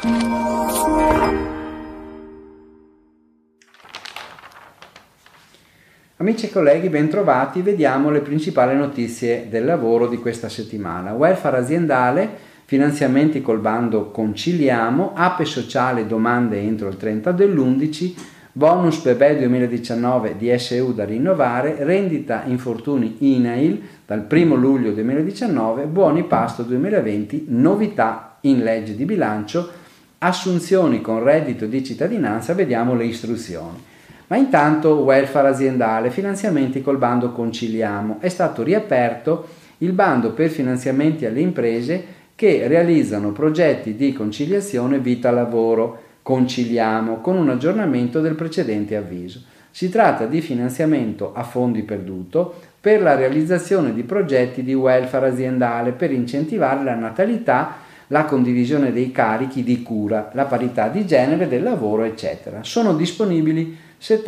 Amici e colleghi, bentrovati. Vediamo le principali notizie del lavoro di questa settimana. Welfare aziendale, finanziamenti col bando Conciliamo, APE sociale domande entro il 30 dell'11, bonus bebè 2019 DSU da rinnovare, rendita infortuni INAIL dal 1 luglio 2019, buoni pasto 2020, novità in legge di bilancio, assunzioni con reddito di cittadinanza. Vediamo le istruzioni. Ma intanto welfare aziendale, finanziamenti col bando Conciliamo. È stato riaperto il bando per finanziamenti alle imprese che realizzano progetti di conciliazione vita-lavoro, Conciliamo, con un aggiornamento del precedente avviso. Si tratta di finanziamento a fondi perduto per la realizzazione di progetti di welfare aziendale per incentivare la natalità, la condivisione dei carichi di cura, la parità di genere, del lavoro, eccetera. Sono disponibili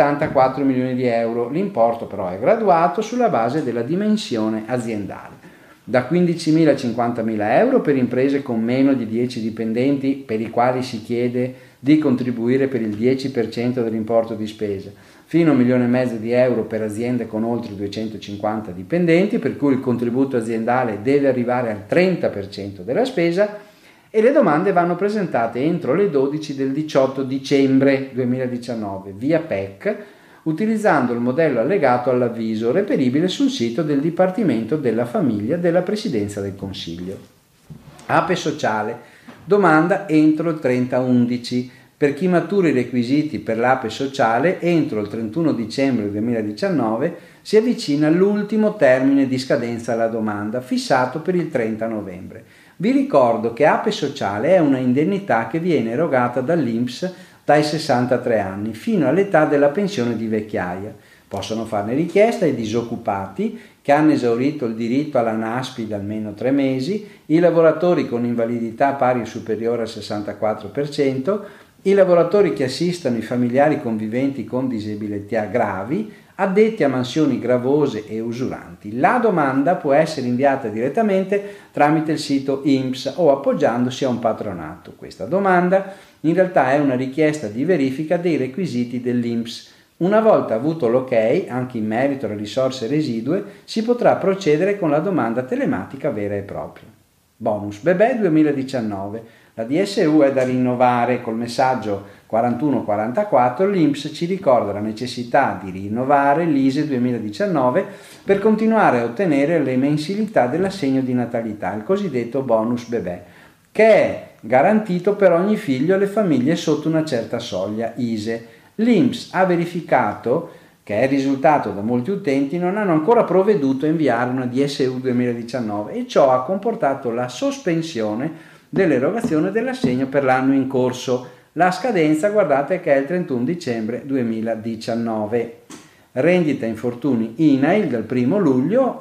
74 milioni di euro, l'importo però è graduato sulla base della dimensione aziendale. Da 15.000 a 50.000 euro per imprese con meno di 10 dipendenti per i quali si chiede di contribuire per il 10% dell'importo di spesa, fino a 1,5 milioni di euro per aziende con oltre 250 dipendenti, per cui il contributo aziendale deve arrivare al 30% della spesa, e le domande vanno presentate entro le 12 del 18 dicembre 2019 via PEC, utilizzando il modello allegato all'avviso reperibile sul sito del Dipartimento della Famiglia della Presidenza del Consiglio. APE sociale, domanda entro il 30/11. Per chi matura i requisiti per l'APE sociale entro il 31 dicembre 2019 si avvicina l'ultimo termine di scadenza alla domanda, fissato per il 30 novembre. Vi ricordo che APE sociale è una indennità che viene erogata dall'INPS dai 63 anni fino all'età della pensione di vecchiaia. Possono farne richiesta i disoccupati che hanno esaurito il diritto alla NASPI da almeno 3 mesi, i lavoratori con invalidità pari o superiore al 64%, i lavoratori che assistano i familiari conviventi con disabilità gravi, addetti a mansioni gravose e usuranti. La domanda può essere inviata direttamente tramite il sito INPS o appoggiandosi a un patronato. Questa domanda in realtà è una richiesta di verifica dei requisiti dell'INPS. Una volta avuto l'ok, anche in merito alle risorse residue, si potrà procedere con la domanda telematica vera e propria. Bonus bebè 2019. La DSU è da rinnovare. Col messaggio 4144 l'INPS ci ricorda la necessità di rinnovare l'ISEE 2019 per continuare a ottenere le mensilità dell'assegno di natalità, il cosiddetto bonus bebè, che è garantito per ogni figlio alle famiglie sotto una certa soglia ISEE. L'INPS ha verificato che è risultato da molti utenti non hanno ancora provveduto a inviare una DSU 2019 e ciò ha comportato la sospensione dell'erogazione dell'assegno per l'anno in corso. La scadenza, guardate, che è il 31 dicembre 2019. Rendita infortuni INAIL dal 1 luglio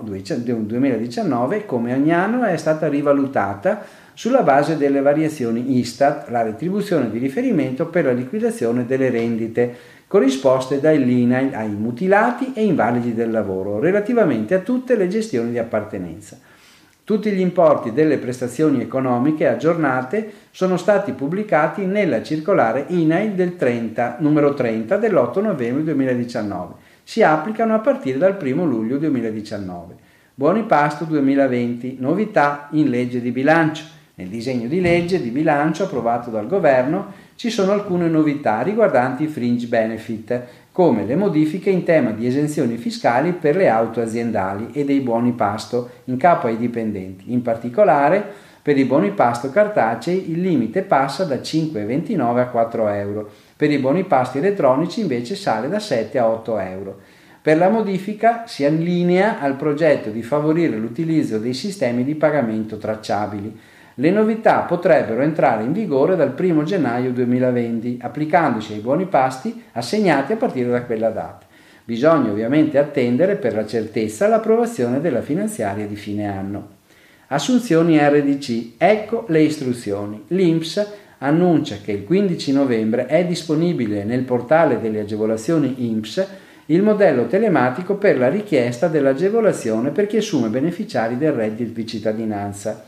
2019, come ogni anno, è stata rivalutata sulla base delle variazioni ISTAT, la retribuzione di riferimento per la liquidazione delle rendite corrisposte dall'INAIL ai mutilati e invalidi del lavoro relativamente a tutte le gestioni di appartenenza. Tutti gli importi delle prestazioni economiche aggiornate sono stati pubblicati nella circolare INAIL numero 30 dell'8 novembre 2019. Si applicano a partire dal 1 luglio 2019. Buoni pasto 2020, novità in legge di bilancio. Nel disegno di legge di bilancio approvato dal Governo ci sono alcune novità riguardanti i fringe benefit, come le modifiche in tema di esenzioni fiscali per le auto aziendali e dei buoni pasto in capo ai dipendenti. In particolare, per i buoni pasto cartacei il limite passa da 5,29 a 4 euro, per i buoni pasto elettronici invece sale da 7 a 8 euro. Per la modifica si allinea al progetto di favorire l'utilizzo dei sistemi di pagamento tracciabili. Le novità potrebbero entrare in vigore dal 1 gennaio 2020, applicandosi ai buoni pasti assegnati a partire da quella data. Bisogna ovviamente attendere per la certezza l'approvazione della finanziaria di fine anno. Assunzioni RDC, ecco le istruzioni. L'INPS annuncia che il 15 novembre è disponibile nel portale delle agevolazioni INPS il modello telematico per la richiesta dell'agevolazione per chi assume beneficiari del reddito di cittadinanza.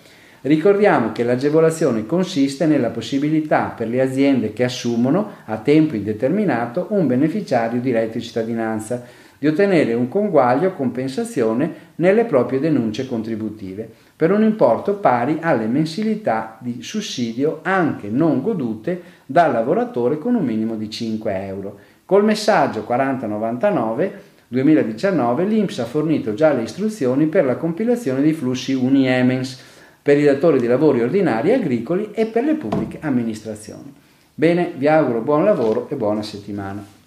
Ricordiamo che l'agevolazione consiste nella possibilità per le aziende che assumono a tempo indeterminato un beneficiario di reddito di cittadinanza di ottenere un conguaglio o compensazione nelle proprie denunce contributive per un importo pari alle mensilità di sussidio anche non godute dal lavoratore con un minimo di 5 euro. Col messaggio 4099 2019 l'INPS ha fornito già le istruzioni per la compilazione dei flussi Uniemens per i datori di lavori ordinari e agricoli e per le pubbliche amministrazioni. Bene, vi auguro buon lavoro e buona settimana.